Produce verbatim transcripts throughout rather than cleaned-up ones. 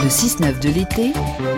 six neuf de l'été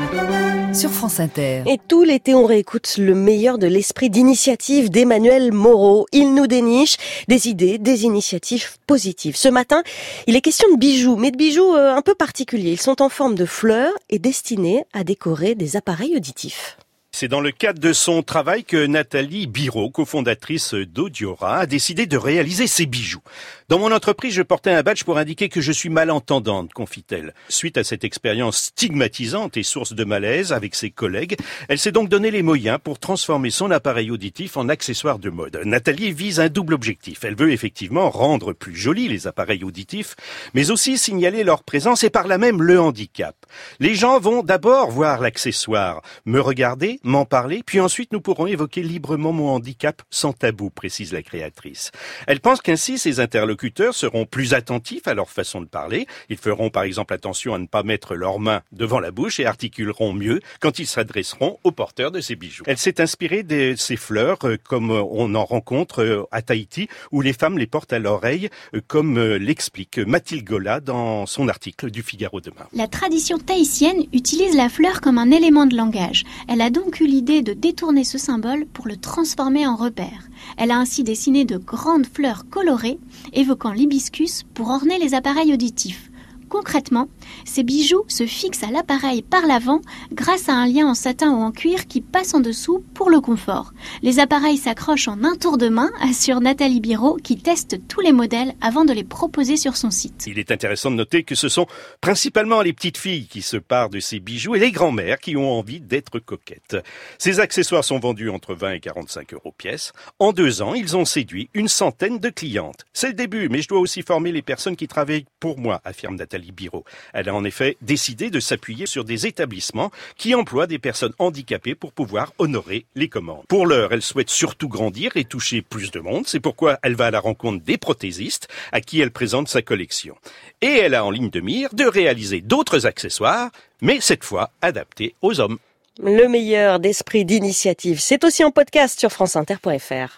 sur France Inter. Et tout l'été, on réécoute le meilleur de l'esprit d'initiative d'Emmanuel Moreau. Il nous déniche des idées, des initiatives positives. Ce matin, il est question de bijoux, mais de bijoux euh, un peu particuliers. Ils sont en forme de fleurs et destinés à décorer des appareils auditifs. C'est dans le cadre de son travail que Nathalie Biraud, cofondatrice d'Audiora, a décidé de réaliser ses bijoux. Dans mon entreprise, je portais un badge pour indiquer que je suis malentendante, confie-t-elle. Suite à cette expérience stigmatisante et source de malaise avec ses collègues, elle s'est donc donné les moyens pour transformer son appareil auditif en accessoire de mode. Nathalie vise un double objectif. Elle veut effectivement rendre plus jolis les appareils auditifs, mais aussi signaler leur présence et par là même le handicap. Les gens vont d'abord voir l'accessoire, me regarder, m'en parler, puis ensuite nous pourrons évoquer librement mon handicap sans tabou, précise la créatrice. Elle pense qu'ainsi ces interlocuteurs seront plus attentifs à leur façon de parler. Ils feront par exemple attention à ne pas mettre leurs mains devant la bouche et articuleront mieux quand ils s'adresseront aux porteurs de ces bijoux. Elle s'est inspirée de ces fleurs euh, comme on en rencontre euh, à Tahiti, où les femmes les portent à l'oreille, euh, comme euh, l'explique Mathilde Gola dans son article du Figaro demain. La tradition tahitienne utilise la fleur comme un élément de langage. Elle a donc eu l'idée de détourner ce symbole pour le transformer en repère. Elle a ainsi dessiné de grandes fleurs colorées, évoquant l'hibiscus, pour orner les appareils auditifs. Concrètement, ces bijoux se fixent à l'appareil par l'avant grâce à un lien en satin ou en cuir qui passe en dessous pour le confort. Les appareils s'accrochent en un tour de main, assure Nathalie Biraud, qui teste tous les modèles avant de les proposer sur son site. Il est intéressant de noter que ce sont principalement les petites filles qui se parent de ces bijoux et les grands-mères qui ont envie d'être coquettes. Ces accessoires sont vendus entre vingt et quarante-cinq euros pièce. En deux ans, ils ont séduit une centaine de clientes. C'est le début, mais je dois aussi former les personnes qui travaillent pour moi, affirme Nathalie Biraud. Elle a en effet décidé de s'appuyer sur des établissements qui emploient des personnes handicapées pour pouvoir honorer les commandes. Pour l'heure, elle souhaite surtout grandir et toucher plus de monde. C'est pourquoi elle va à la rencontre des prothésistes à qui elle présente sa collection. Et elle a en ligne de mire de réaliser d'autres accessoires, mais cette fois adaptés aux hommes. Le meilleur d'esprit d'initiative, c'est aussi en podcast sur franceinter point fr.